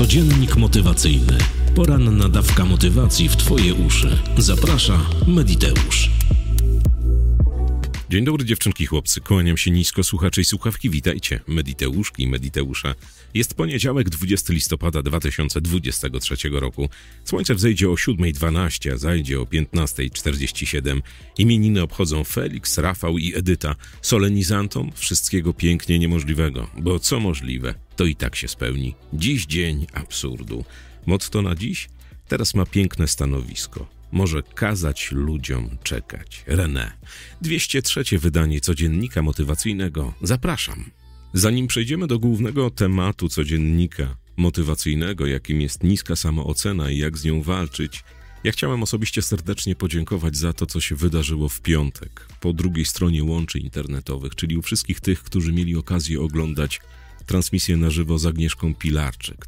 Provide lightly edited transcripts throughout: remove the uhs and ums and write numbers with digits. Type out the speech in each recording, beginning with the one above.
Codziennik motywacyjny. Poranna dawka motywacji w Twoje uszy. Zaprasza Mediteusz. Dzień dobry dziewczynki, chłopcy. Kłaniam się nisko, słuchacze i słuchawki. Witajcie, Mediteuszki i Mediteusza. Jest poniedziałek, 20 listopada 2023 roku. Słońce wzejdzie o 7:12, a zajdzie o 15:47. Imieniny obchodzą Felix, Rafał i Edyta. Solenizantom wszystkiego pięknie niemożliwego, bo co możliwe, to i tak się spełni. Dziś dzień absurdu. Motto na dziś? Teraz ma piękne stanowisko. Może kazać ludziom czekać. René. 203. wydanie codziennika motywacyjnego. Zapraszam. Zanim przejdziemy do głównego tematu codziennika motywacyjnego, jakim jest niska samoocena i jak z nią walczyć, ja chciałem osobiście serdecznie podziękować za to, co się wydarzyło w piątek po drugiej stronie łączy internetowych, czyli u wszystkich tych, którzy mieli okazję oglądać transmisję na żywo z Agnieszką Pilarczyk,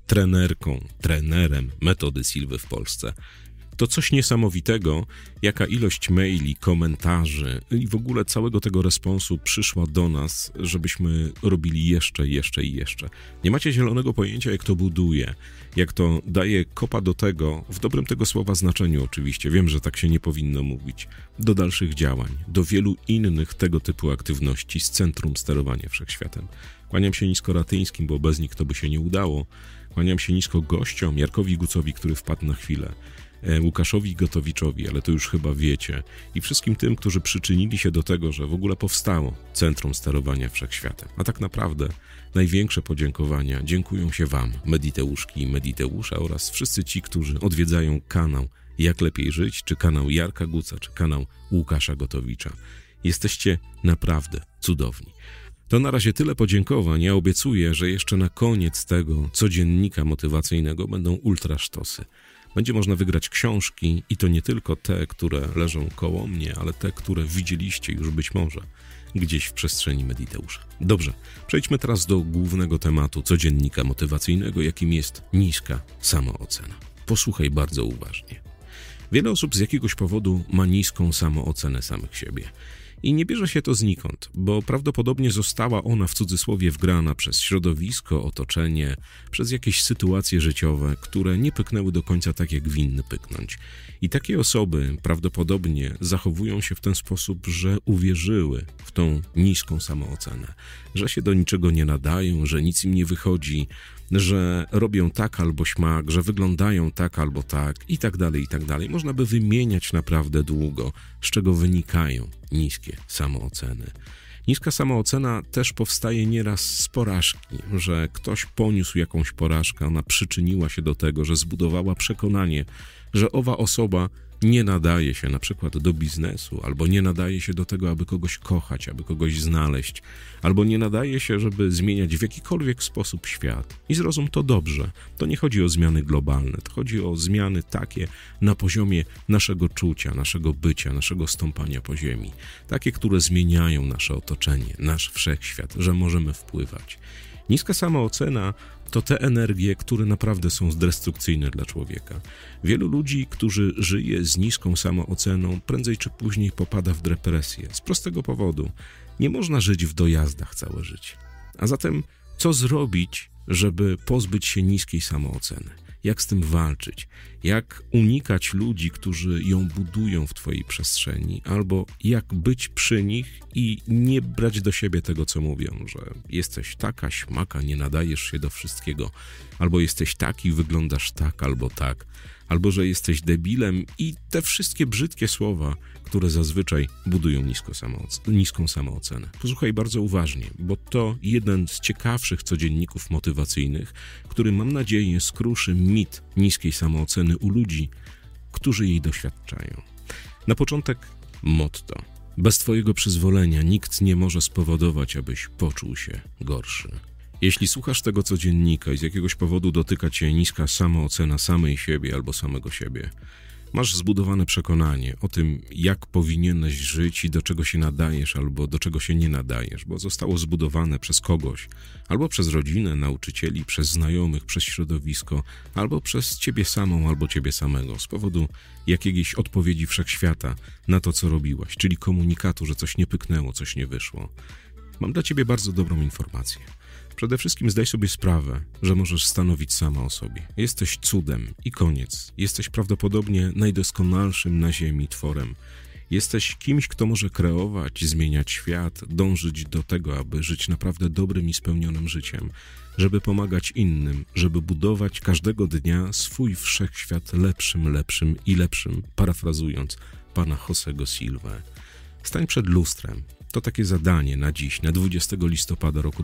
trenerem metody Silwy w Polsce. To coś niesamowitego, jaka ilość maili, komentarzy i w ogóle całego tego responsu przyszła do nas, żebyśmy robili jeszcze. Nie macie zielonego pojęcia, jak to buduje, jak to daje kopa do tego, w dobrym tego słowa znaczeniu oczywiście, wiem, że tak się nie powinno mówić, do dalszych działań, do wielu innych tego typu aktywności z Centrum Sterowania Wszechświatem. Kłaniam się nisko Ratyńskim, bo bez nich to by się nie udało. Kłaniam się nisko gościom, Jarkowi Gucowi, który wpadł na chwilę, Łukaszowi Gotowiczowi, ale to już chyba wiecie, i wszystkim tym, którzy przyczynili się do tego, że w ogóle powstało Centrum Sterowania Wszechświatem. A tak naprawdę największe podziękowania dziękują się Wam, Mediteuszki i Mediteusze, oraz wszyscy ci, którzy odwiedzają kanał Jak Lepiej Żyć, czy kanał Jarka Guca, czy kanał Łukasza Gotowicza. Jesteście naprawdę cudowni. To na razie tyle podziękowań. Ja obiecuję, że jeszcze na koniec tego codziennika motywacyjnego będą ultrasztosy. Będzie można wygrać książki i to nie tylko te, które leżą koło mnie, ale te, które widzieliście już być może gdzieś w przestrzeni Mediteusza. Dobrze, przejdźmy teraz do głównego tematu codziennika motywacyjnego, jakim jest niska samoocena. Posłuchaj bardzo uważnie. Wiele osób z jakiegoś powodu ma niską samoocenę samych siebie. I nie bierze się to znikąd, bo prawdopodobnie została ona w cudzysłowie wgrana przez środowisko, otoczenie, przez jakieś sytuacje życiowe, które nie pyknęły do końca tak, jak winny pyknąć. I takie osoby prawdopodobnie zachowują się w ten sposób, że uwierzyły w tą niską samoocenę, że się do niczego nie nadają, że nic im nie wychodzi, że robią tak albo śmak, że wyglądają tak albo tak i tak dalej. Można by wymieniać naprawdę długo, z czego wynikają niskie samooceny. Niska samoocena też powstaje nieraz z porażki, że ktoś poniósł jakąś porażkę, ona przyczyniła się do tego, że zbudowała przekonanie, że owa osoba nie nadaje się na przykład do biznesu, albo nie nadaje się do tego, aby kogoś kochać, aby kogoś znaleźć, albo nie nadaje się, żeby zmieniać w jakikolwiek sposób świat. I zrozum to dobrze. To nie chodzi o zmiany globalne, to chodzi o zmiany takie na poziomie naszego czucia, naszego bycia, naszego stąpania po ziemi. Takie, które zmieniają nasze otoczenie, nasz wszechświat, że możemy wpływać. Niska samoocena to te energie, które naprawdę są destrukcyjne dla człowieka. Wielu ludzi, którzy żyje z niską samooceną, prędzej czy później popada w depresję. Z prostego powodu. Nie można żyć w dojazdach całe życie. A zatem co zrobić, żeby pozbyć się niskiej samooceny? Jak z tym walczyć? Jak unikać ludzi, którzy ją budują w twojej przestrzeni? Albo jak być przy nich i nie brać do siebie tego, co mówią, że jesteś taka, śmaka, nie nadajesz się do wszystkiego, albo jesteś taki, wyglądasz tak, albo że jesteś debilem i te wszystkie brzydkie słowa, które zazwyczaj budują niską samoocenę. Posłuchaj bardzo uważnie, bo to jeden z ciekawszych codzienników motywacyjnych, który mam nadzieję skruszy mit niskiej samooceny u ludzi, którzy jej doświadczają. Na początek motto. Bez twojego przyzwolenia nikt nie może spowodować, abyś poczuł się gorszy. Jeśli słuchasz tego codziennika i z jakiegoś powodu dotyka cię niska samoocena samej siebie albo samego siebie, masz zbudowane przekonanie o tym, jak powinieneś żyć i do czego się nadajesz albo do czego się nie nadajesz, bo zostało zbudowane przez kogoś, albo przez rodzinę, nauczycieli, przez znajomych, przez środowisko, albo przez ciebie samą, albo ciebie samego, z powodu jakiejś odpowiedzi wszechświata na to, co robiłaś, czyli komunikatu, że coś nie pyknęło, coś nie wyszło. Mam dla ciebie bardzo dobrą informację. Przede wszystkim zdaj sobie sprawę, że możesz stanowić sama o sobie. Jesteś cudem i koniec. Jesteś prawdopodobnie najdoskonalszym na ziemi tworem. Jesteś kimś, kto może kreować, zmieniać świat, dążyć do tego, aby żyć naprawdę dobrym i spełnionym życiem, żeby pomagać innym, żeby budować każdego dnia swój wszechświat lepszym i lepszym, parafrazując pana Josego Silvę. Stań przed lustrem. To takie zadanie na dziś, na 20 listopada roku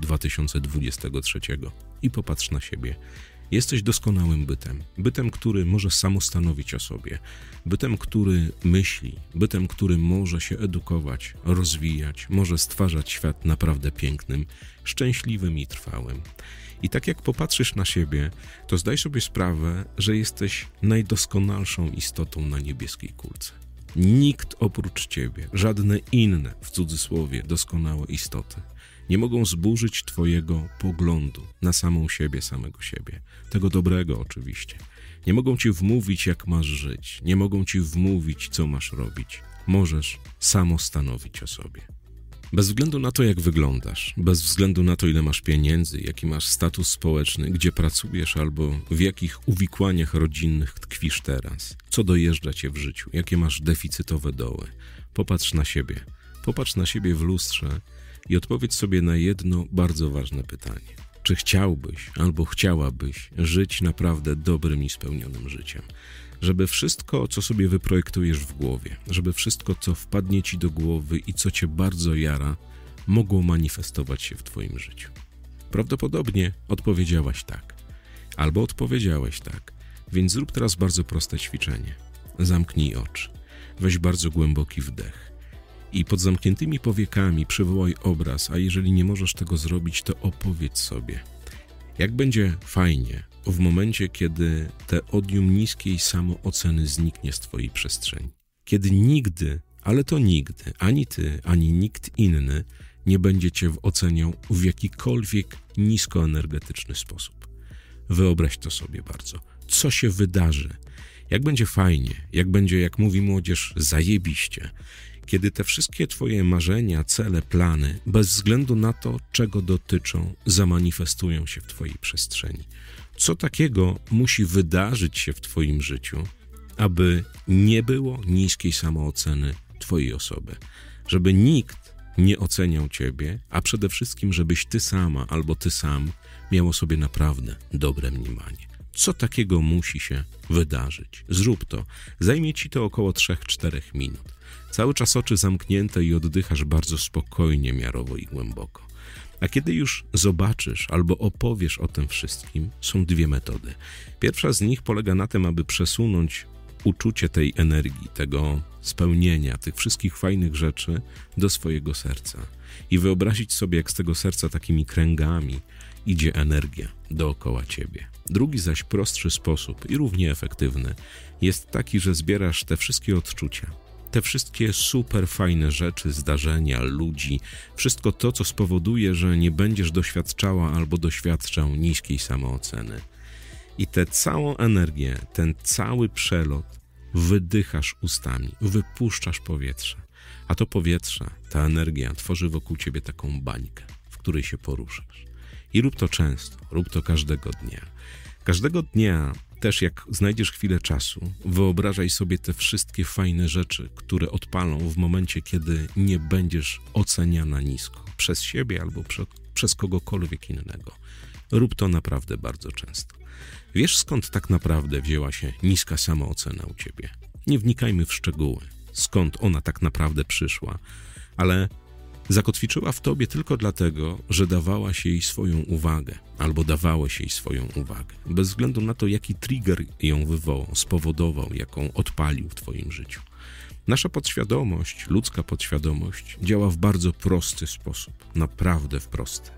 2023 i popatrz na siebie. Jesteś doskonałym bytem, który może samostanowić o sobie, bytem, który myśli, bytem, który może się edukować, rozwijać, może stwarzać świat naprawdę pięknym, szczęśliwym i trwałym. I tak jak popatrzysz na siebie, to zdaj sobie sprawę, że jesteś najdoskonalszą istotą na niebieskiej kulce. Nikt oprócz ciebie, żadne inne, w cudzysłowie, doskonałe istoty nie mogą zburzyć twojego poglądu na samą siebie, samego siebie. Tego dobrego oczywiście. Nie mogą ci wmówić, jak masz żyć. Nie mogą ci wmówić, co masz robić. Możesz samo stanowić o sobie. Bez względu na to, jak wyglądasz, bez względu na to, ile masz pieniędzy, jaki masz status społeczny, gdzie pracujesz albo w jakich uwikłaniach rodzinnych tkwisz teraz, co dojeżdża cię w życiu, jakie masz deficytowe doły. Popatrz na siebie. Popatrz na siebie w lustrze i odpowiedz sobie na jedno bardzo ważne pytanie. Czy chciałbyś albo chciałabyś żyć naprawdę dobrym i spełnionym życiem? Żeby wszystko, co sobie wyprojektujesz w głowie, żeby wszystko, co wpadnie ci do głowy i co cię bardzo jara, mogło manifestować się w twoim życiu. Prawdopodobnie odpowiedziałaś tak, albo odpowiedziałeś tak, więc zrób teraz bardzo proste ćwiczenie. Zamknij oczy, weź bardzo głęboki wdech i pod zamkniętymi powiekami przywołaj obraz, a jeżeli nie możesz tego zrobić, to opowiedz sobie, jak będzie fajnie w momencie, kiedy te odium niskiej samooceny zniknie z twojej przestrzeni. Kiedy nigdy, ale to nigdy, ani ty, ani nikt inny nie będzie cię oceniał w jakikolwiek niskoenergetyczny sposób. Wyobraź to sobie bardzo. Co się wydarzy? Jak będzie fajnie? Jak będzie, jak mówi młodzież, zajebiście? Kiedy te wszystkie twoje marzenia, cele, plany, bez względu na to, czego dotyczą, zamanifestują się w twojej przestrzeni. Co takiego musi wydarzyć się w twoim życiu, aby nie było niskiej samooceny twojej osoby? Żeby nikt nie oceniał ciebie, a przede wszystkim, żebyś ty sama albo ty sam miał o sobie naprawdę dobre mniemanie. Co takiego musi się wydarzyć? Zrób to. Zajmie ci to około 3-4 minut. Cały czas oczy zamknięte i oddychasz bardzo spokojnie, miarowo i głęboko. A kiedy już zobaczysz albo opowiesz o tym wszystkim, są dwie metody. Pierwsza z nich polega na tym, aby przesunąć uczucie tej energii, tego spełnienia, tych wszystkich fajnych rzeczy do swojego serca i wyobrazić sobie, jak z tego serca takimi kręgami idzie energia dookoła ciebie. Drugi zaś prostszy sposób i równie efektywny jest taki, że zbierasz te wszystkie odczucia, te wszystkie super fajne rzeczy, zdarzenia, ludzi, wszystko to, co spowoduje, że nie będziesz doświadczała albo doświadczał niskiej samooceny. I tę całą energię, ten cały przelot wydychasz ustami, wypuszczasz powietrze. A to powietrze, ta energia tworzy wokół ciebie taką bańkę, w której się poruszasz. I rób to często, rób to każdego dnia. Każdego dnia też jak znajdziesz chwilę czasu, wyobrażaj sobie te wszystkie fajne rzeczy, które odpalą w momencie, kiedy nie będziesz oceniana nisko przez siebie albo przez kogokolwiek innego. Rób to naprawdę bardzo często. Wiesz, skąd tak naprawdę wzięła się niska samoocena u ciebie? Nie wnikajmy w szczegóły, skąd ona tak naprawdę przyszła, ale zakotwiczyła w tobie tylko dlatego, że dawałaś jej swoją uwagę, albo dawałeś jej swoją uwagę, bez względu na to, jaki trigger ją wywołał, spowodował, jaką odpalił w twoim życiu. Nasza podświadomość, ludzka podświadomość działa w bardzo prosty sposób, naprawdę prosty.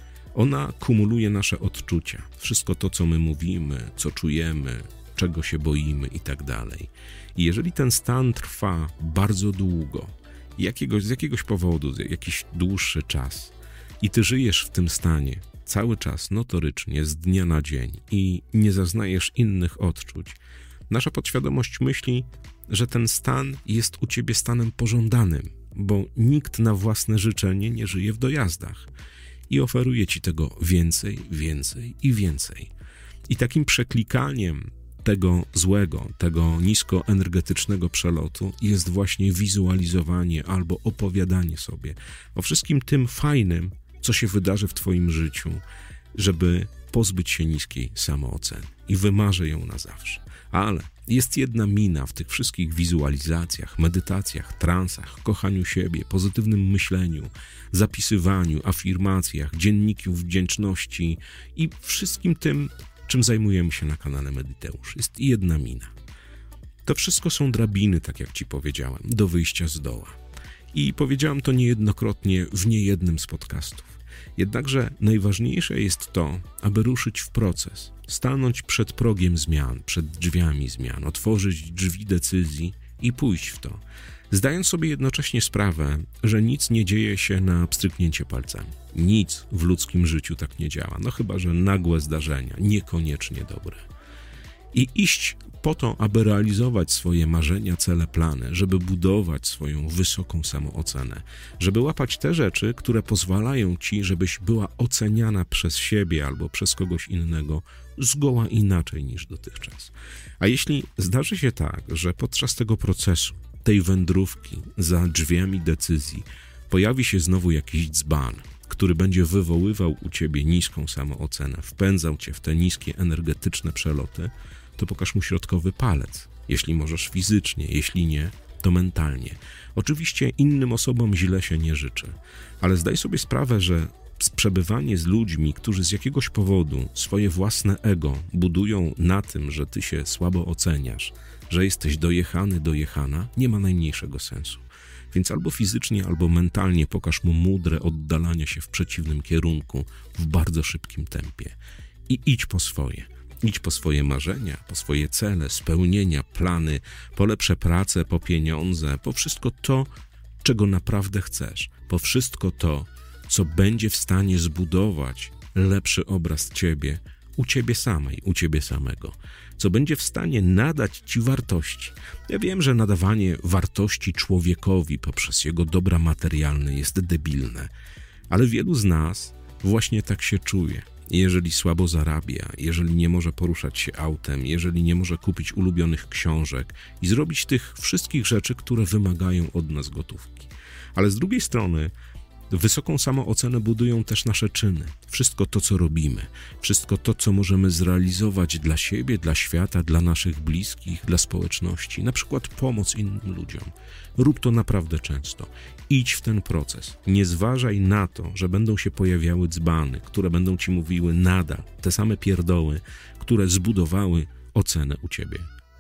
Ona kumuluje nasze odczucia, wszystko to, co my mówimy, co czujemy, czego się boimy i tak dalej. I jeżeli ten stan trwa bardzo długo, z jakiegoś powodu, jakiś dłuższy czas i ty żyjesz w tym stanie cały czas notorycznie, z dnia na dzień i nie zaznajesz innych odczuć, nasza podświadomość myśli, że ten stan jest u ciebie stanem pożądanym, bo nikt na własne życzenie nie żyje w dojazdach. i oferuje ci tego więcej, więcej i więcej. I takim przeklikaniem tego złego, tego niskoenergetycznego przelotu jest właśnie wizualizowanie albo opowiadanie sobie o wszystkim tym fajnym, co się wydarzy w twoim życiu, żeby pozbyć się niskiej samooceny. I wymarzę ją na zawsze. Ale jest jedna mina w tych wszystkich wizualizacjach, medytacjach, transach, kochaniu siebie, pozytywnym myśleniu, zapisywaniu, afirmacjach, dzienniku wdzięczności i wszystkim tym, czym zajmujemy się na kanale Mediteusz. Jest jedna mina. To wszystko są drabiny, tak jak ci powiedziałem, do wyjścia z doła. I powiedziałem to niejednokrotnie w niejednym z podcastów. Jednakże najważniejsze jest to, aby ruszyć w proces, stanąć przed progiem zmian, przed drzwiami zmian, otworzyć drzwi decyzji i pójść w to, zdając sobie jednocześnie sprawę, że nic nie dzieje się na pstryknięcie palcami. Nic w ludzkim życiu tak nie działa, no chyba że nagłe zdarzenia, niekoniecznie dobre. I iść po to, aby realizować swoje marzenia, cele, plany, żeby budować swoją wysoką samoocenę, żeby łapać te rzeczy, które pozwalają ci, żebyś była oceniana przez siebie albo przez kogoś innego zgoła inaczej niż dotychczas. A jeśli zdarzy się tak, że podczas tego procesu, tej wędrówki za drzwiami decyzji pojawi się znowu jakiś dzban, który będzie wywoływał u ciebie niską samoocenę, wpędzał cię w te niskie energetyczne przeloty, to pokaż mu środkowy palec, jeśli możesz fizycznie, jeśli nie, to mentalnie. Oczywiście innym osobom źle się nie życzę, ale zdaj sobie sprawę, że przebywanie z ludźmi, którzy z jakiegoś powodu swoje własne ego budują na tym, że ty się słabo oceniasz, że jesteś dojechany, dojechana, nie ma najmniejszego sensu. Więc albo fizycznie, albo mentalnie pokaż mu mądre oddalanie się w przeciwnym kierunku w bardzo szybkim tempie i idź po swoje. Idź po swoje marzenia, po swoje cele, spełnienia, plany, po lepsze prace, po pieniądze, po wszystko to, czego naprawdę chcesz, po wszystko to, co będzie w stanie zbudować lepszy obraz ciebie, u ciebie samej, u ciebie samego, co będzie w stanie nadać ci wartości. Ja wiem, że nadawanie wartości człowiekowi poprzez jego dobra materialne jest debilne, ale wielu z nas właśnie tak się czuje. Jeżeli słabo zarabia, jeżeli nie może poruszać się autem, jeżeli nie może kupić ulubionych książek i zrobić tych wszystkich rzeczy, które wymagają od nas gotówki. Ale z drugiej strony wysoką samoocenę budują też nasze czyny. Wszystko to, co robimy, wszystko to, co możemy zrealizować dla siebie, dla świata, dla naszych bliskich, dla społeczności. Na przykład pomoc innym ludziom. Rób to naprawdę często. Idź w ten proces. Nie zważaj na to, że będą się pojawiały dzbany, które będą ci mówiły nadal te same pierdoły, które zbudowały ocenę u ciebie.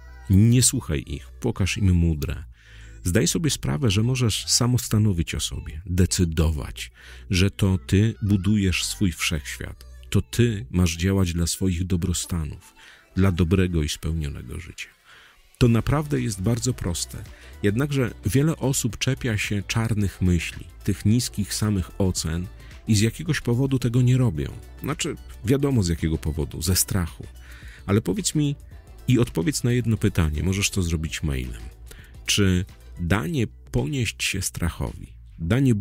Nie słuchaj ich, pokaż im mądre. Zdaj sobie sprawę, że możesz samostanowić o sobie, decydować, że to ty budujesz swój wszechświat. To ty masz działać dla swoich dobrostanów, dla dobrego i spełnionego życia. To naprawdę jest bardzo proste. Jednakże wiele osób czepia się czarnych myśli, tych niskich samych ocen i z jakiegoś powodu tego nie robią. Znaczy, wiadomo z jakiego powodu, ze strachu. Ale powiedz mi i odpowiedz na jedno pytanie, możesz to zrobić mailem. Czy danie ponieść się strachowi, danie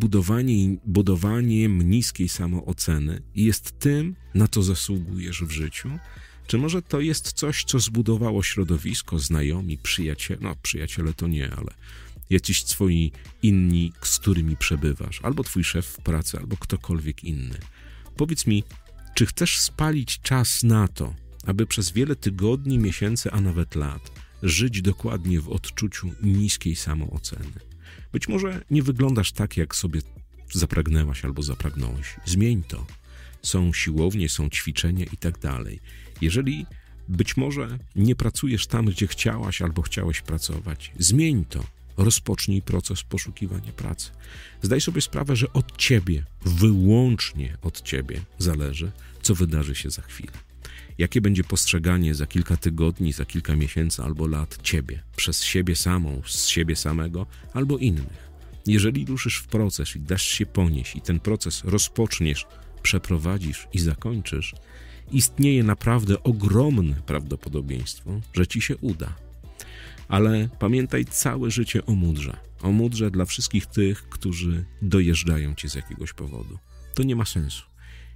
budowaniem niskiej samooceny jest tym, na co zasługujesz w życiu? Czy może to jest coś, co zbudowało środowisko, znajomi, przyjaciele? No, przyjaciele to nie, ale jacyś twoi inni, z którymi przebywasz, albo twój szef w pracy, albo ktokolwiek inny. Powiedz mi, czy chcesz spalić czas na to, aby przez wiele tygodni, miesięcy, a nawet lat żyć dokładnie w odczuciu niskiej samooceny? Być może nie wyglądasz tak, jak sobie zapragnęłaś albo zapragnąłeś. Zmień to. Są siłownie, są ćwiczenia i tak dalej. Jeżeli być może nie pracujesz tam, gdzie chciałaś albo chciałeś pracować, zmień to. Rozpocznij proces poszukiwania pracy. Zdaj sobie sprawę, że od ciebie, wyłącznie od ciebie zależy, co wydarzy się za chwilę. Jakie będzie postrzeganie za kilka tygodni, za kilka miesięcy albo lat ciebie, przez siebie samą, z siebie samego albo innych. Jeżeli ruszysz w proces i dasz się ponieść i ten proces rozpoczniesz, przeprowadzisz i zakończysz, istnieje naprawdę ogromne prawdopodobieństwo, że ci się uda. Ale pamiętaj całe życie o mądrze. O mądrze dla wszystkich tych, którzy dojeżdżają cię z jakiegoś powodu. To nie ma sensu.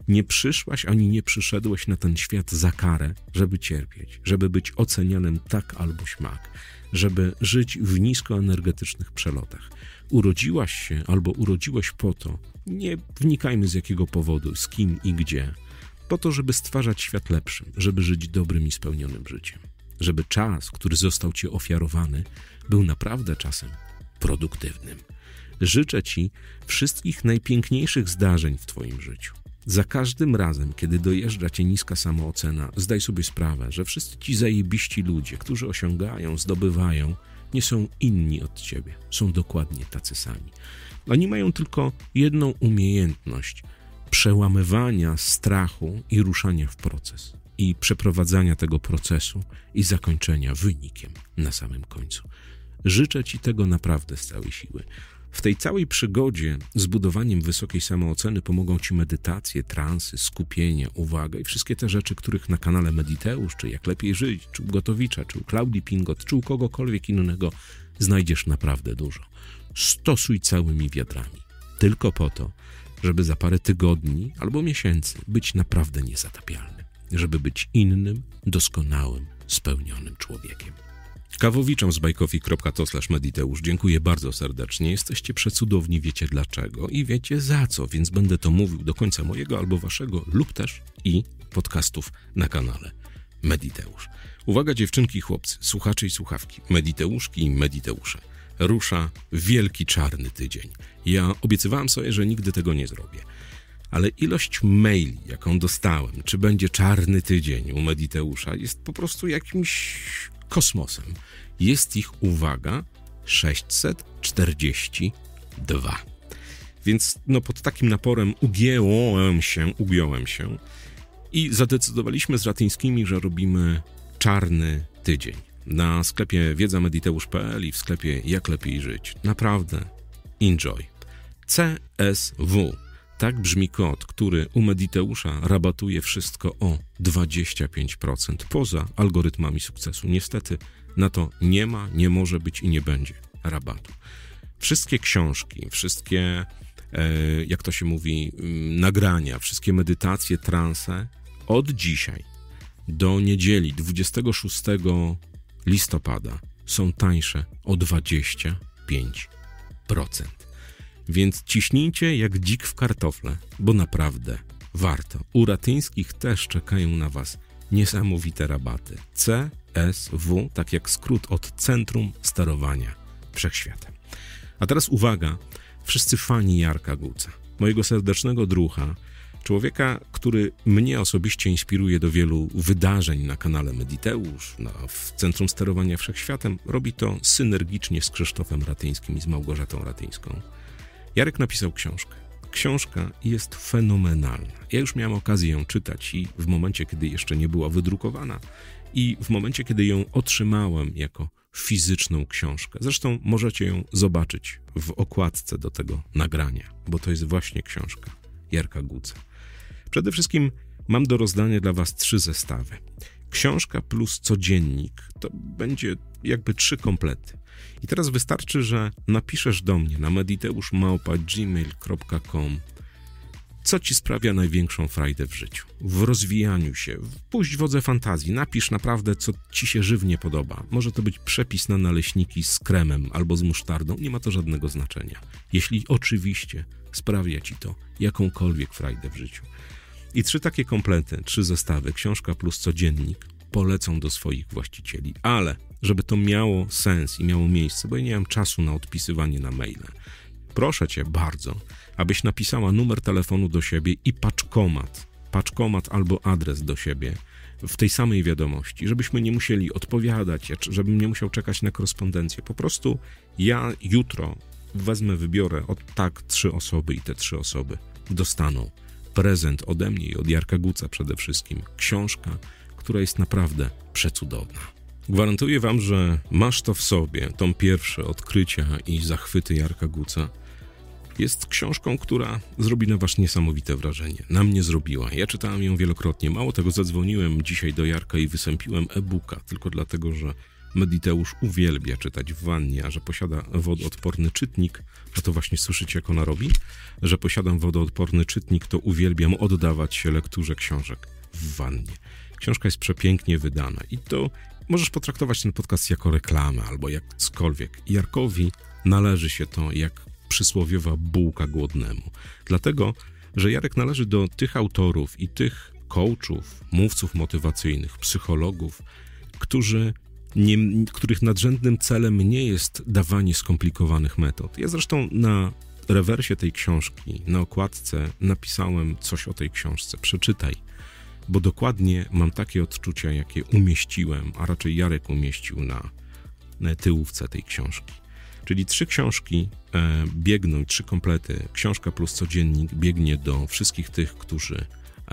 Nie przyszłaś ani nie przyszedłeś na ten świat za karę, żeby cierpieć, żeby być ocenianym tak albo śmak, żeby żyć w niskoenergetycznych przelotach. Urodziłaś się albo urodziłeś po to, nie wnikajmy z jakiego powodu, z kim i gdzie, po to, żeby stwarzać świat lepszym, żeby żyć dobrym i spełnionym życiem. Żeby czas, który został ci ofiarowany, był naprawdę czasem produktywnym. Życzę ci wszystkich najpiękniejszych zdarzeń w twoim życiu. Za każdym razem, kiedy dojeżdża cię niska samoocena, zdaj sobie sprawę, że wszyscy ci zajebiści ludzie, którzy osiągają, zdobywają, nie są inni od ciebie. Są dokładnie tacy sami. Oni mają tylko jedną umiejętność przełamywania strachu i ruszania w proces. I przeprowadzania tego procesu i zakończenia wynikiem na samym końcu. Życzę ci tego naprawdę z całej siły. W tej całej przygodzie z budowaniem wysokiej samooceny pomogą ci medytacje, transy, skupienie, uwaga i wszystkie te rzeczy, których na kanale Mediteusz, czy Jak Lepiej Żyć, czy u Gotowicza, czy u Klaudii Pingot, czy u kogokolwiek innego znajdziesz naprawdę dużo. Stosuj całymi wiadrami. Tylko po to, żeby za parę tygodni albo miesięcy być naprawdę niezatapialnym. Żeby być innym, doskonałym, spełnionym człowiekiem. Kawowiczom z bajkofi.to/mediteusz dziękuję bardzo serdecznie. Jesteście przecudowni, wiecie dlaczego i wiecie za co, więc będę to mówił do końca mojego albo waszego lub też i podcastów na kanale Mediteusz. Uwaga dziewczynki i chłopcy, słuchacze i słuchawki, Mediteuszki i Mediteusze. Rusza wielki czarny tydzień. Ja obiecywałem sobie, że nigdy tego nie zrobię. Ale ilość maili, jaką dostałem, czy będzie czarny tydzień u Mediteusza, jest po prostu jakimś kosmosem. Jest ich, uwaga, 642. Więc pod takim naporem ugiąłem się i zadecydowaliśmy z Ratyńskimi, że robimy czarny tydzień. Na sklepie wiedza-mediteusz.pl i w sklepie Jak Lepiej Żyć. Naprawdę enjoy. CSW. Tak brzmi kod, który u Mediteusza rabatuje wszystko o 25%, poza algorytmami sukcesu. Niestety na to nie ma, nie może być i nie będzie rabatu. Wszystkie książki, wszystkie, jak to się mówi, nagrania, wszystkie medytacje, transe od dzisiaj do niedzieli 26 listopada są tańsze o 25%. Więc ciśnijcie jak dzik w kartofle, bo naprawdę warto. U Ratyńskich też czekają na was niesamowite rabaty. CSW, tak jak skrót od Centrum Sterowania Wszechświatem. A teraz uwaga, wszyscy fani Jarka Guca, mojego serdecznego druha, człowieka, który mnie osobiście inspiruje do wielu wydarzeń na kanale Mediteusz, w Centrum Sterowania Wszechświatem. Robi to synergicznie z Krzysztofem Ratyńskim i z Małgorzatą Ratyńską. Jarek napisał książkę. Książka jest fenomenalna. Ja już miałem okazję ją czytać i w momencie, kiedy jeszcze nie była wydrukowana i w momencie, kiedy ją otrzymałem jako fizyczną książkę. Zresztą możecie ją zobaczyć w okładce do tego nagrania, bo to jest właśnie książka Jarka Guca. Przede wszystkim mam do rozdania dla was 3 zestawy. Książka plus codziennik to będzie jakby 3 komplety. I teraz wystarczy, że napiszesz do mnie na mediteusz@gmail.com, co ci sprawia największą frajdę w życiu, w rozwijaniu się, puść wodze fantazji, napisz naprawdę, co ci się żywnie podoba. Może to być przepis na naleśniki z kremem albo z musztardą, nie ma to żadnego znaczenia. Jeśli oczywiście sprawia ci to jakąkolwiek frajdę w życiu. I 3 takie komplety, 3 zestawy, książka plus codziennik, polecą do swoich właścicieli, ale żeby to miało sens i miało miejsce, bo ja nie mam czasu na odpisywanie na maile. Proszę cię bardzo, abyś napisała numer telefonu do siebie i paczkomat albo adres do siebie w tej samej wiadomości, żebyśmy nie musieli odpowiadać, żebym nie musiał czekać na korespondencję. Po prostu ja jutro wybiorę 3 osoby i te 3 osoby dostaną prezent ode mnie i od Jarka Guca przede wszystkim. Książka, która jest naprawdę przecudowna. Gwarantuję wam, że masz to w sobie, tą pierwsze odkrycia i zachwyty Jarka Guca. Jest książką, która zrobi na was niesamowite wrażenie. Na mnie zrobiła. Ja czytałem ją wielokrotnie. Mało tego, zadzwoniłem dzisiaj do Jarka i wysępiłem e-booka, tylko dlatego, że Mediteusz uwielbia czytać w wannie, a że posiada wodoodporny czytnik, a to właśnie słyszycie, jak ona robi, że posiadam wodoodporny czytnik, to uwielbiam oddawać się lekturze książek w wannie. Książka jest przepięknie wydana i to możesz potraktować ten podcast jako reklamę albo jakkolwiek. Jarkowi należy się to jak przysłowiowa bułka głodnemu. Dlatego, że Jarek należy do tych autorów i tych coachów, mówców motywacyjnych, psychologów, których nadrzędnym celem nie jest dawanie skomplikowanych metod. Ja zresztą na rewersie tej książki, na okładce napisałem coś o tej książce. Przeczytaj, bo dokładnie mam takie odczucia, jakie umieściłem, a raczej Jarek umieścił na tyłówce tej książki. Czyli 3 książki biegną, 3 komplety, książka plus codziennik biegnie do wszystkich tych, którzy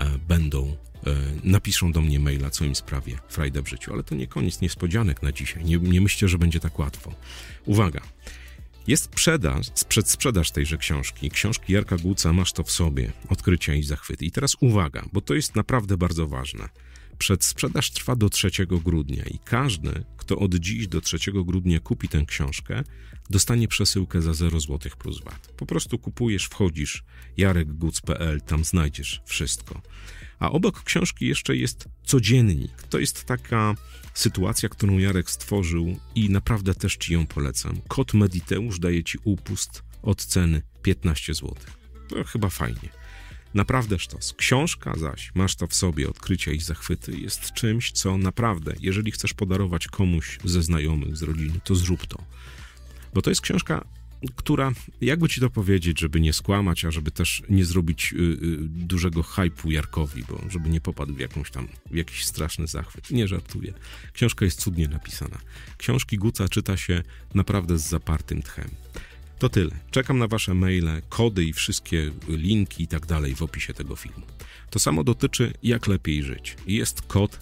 napiszą do mnie maila, co im sprawia frajdę w życiu. Ale to nie koniec niespodzianek na dzisiaj. Nie myślcie, że będzie tak łatwo. Uwaga! Jest przedsprzedaż tejże książki. Książki Jarka Guca Masz to w sobie. Odkrycia i zachwyty. I teraz uwaga, bo to jest naprawdę bardzo ważne. Przedsprzedaż trwa do 3 grudnia i każdy, kto od dziś do 3 grudnia kupi tę książkę, dostanie przesyłkę za 0 zł plus VAT. Po prostu kupujesz, wchodzisz jarekguc.pl, tam znajdziesz wszystko. A obok książki jeszcze jest codziennik. To jest taka sytuacja, którą Jarek stworzył i naprawdę też Ci ją polecam. Kod Mediteusz daje Ci upust od ceny 15 zł. To chyba fajnie. Naprawdę sztos. Książka zaś, Masz to w sobie, odkrycia i zachwyty, jest czymś, co naprawdę, jeżeli chcesz podarować komuś ze znajomych, z rodziny, to zrób to. Bo to jest książka, która, jakby ci to powiedzieć, żeby nie skłamać, a żeby też nie zrobić dużego hype'u Jarkowi, bo żeby nie popadł w jakiś straszny zachwyt. Nie żartuję. Książka jest cudnie napisana. Książki Guca czyta się naprawdę z zapartym tchem. To tyle. Czekam na wasze maile, kody i wszystkie linki i tak dalej w opisie tego filmu. To samo dotyczy Jak lepiej żyć. Jest kod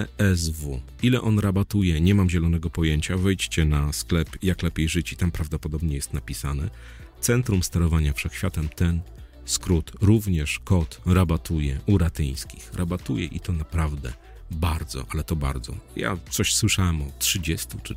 CSW. Ile on rabatuje, nie mam zielonego pojęcia. Wejdźcie na sklep Jak lepiej żyć i tam prawdopodobnie jest napisane. Centrum Sterowania Wszechświatem, ten skrót, również kod rabatuje u Ratyńskich. Rabatuje i to naprawdę bardzo, ale to bardzo. Ja coś słyszałem o 30 czy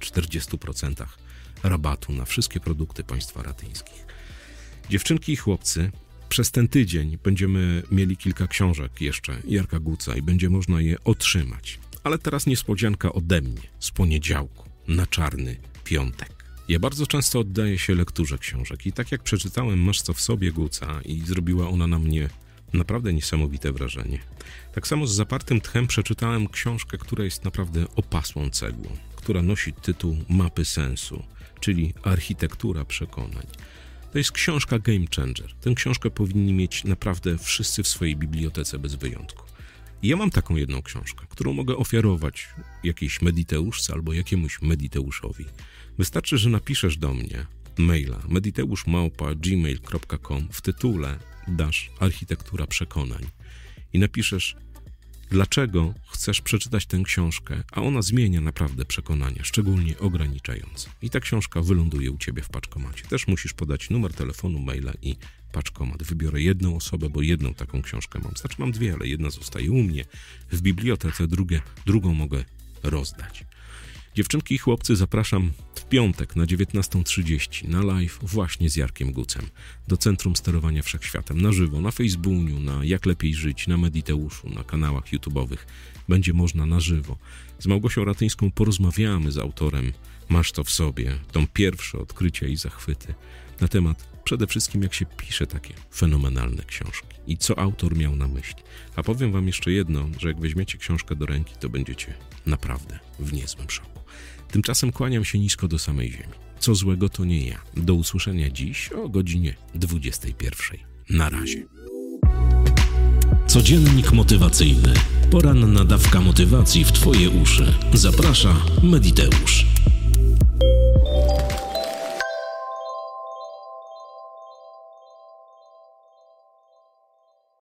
40% rabatu na wszystkie produkty państwa ratyńskich. Dziewczynki i chłopcy, przez ten tydzień będziemy mieli kilka książek jeszcze Jarka Guca i będzie można je otrzymać. Ale teraz niespodzianka ode mnie z poniedziałku na Czarny Piątek. Ja bardzo często oddaję się lekturze książek i tak jak przeczytałem Masz to w sobie Guca i zrobiła ona na mnie naprawdę niesamowite wrażenie. Tak samo z zapartym tchem przeczytałem książkę, która jest naprawdę opasłą cegłą, która nosi tytuł Mapy sensu, czyli Architektura przekonań. To jest książka Game Changer. Tę książkę powinni mieć naprawdę wszyscy w swojej bibliotece bez wyjątku. I ja mam taką jedną książkę, którą mogę ofiarować jakiejś mediteuszce albo jakiemuś mediteuszowi. Wystarczy, że napiszesz do mnie maila mediteusz@gmail.com, w tytule dasz Architektura przekonań i napiszesz, dlaczego chcesz przeczytać tę książkę, a ona zmienia naprawdę przekonania, szczególnie ograniczające. I ta książka wyląduje u ciebie w paczkomacie. Też musisz podać numer telefonu, maila i paczkomat. Wybiorę jedną osobę, bo jedną taką książkę mam. Znaczy mam 2, ale jedna zostaje u mnie w bibliotece, drugą mogę rozdać. Dziewczynki i chłopcy, zapraszam w piątek na 19:30 na live właśnie z Jarkiem Gucem do Centrum Sterowania Wszechświatem na żywo, na Facebooku, na Jak lepiej żyć, na Mediteuszu, na kanałach YouTube'owych. Będzie można na żywo. Z Małgosią Ratyńską porozmawiamy z autorem Masz to w sobie, tą pierwsze odkrycia i zachwyty na temat przede wszystkim jak się pisze takie fenomenalne książki i co autor miał na myśli. A powiem wam jeszcze jedno, że jak weźmiecie książkę do ręki, to będziecie naprawdę w niezłym szoku. Tymczasem kłaniam się nisko do samej ziemi. Co złego to nie ja. Do usłyszenia dziś o godzinie 21:00. Na razie. Codziennik motywacyjny. Poranna dawka motywacji w twoje uszy. Zaprasza Mediteusz.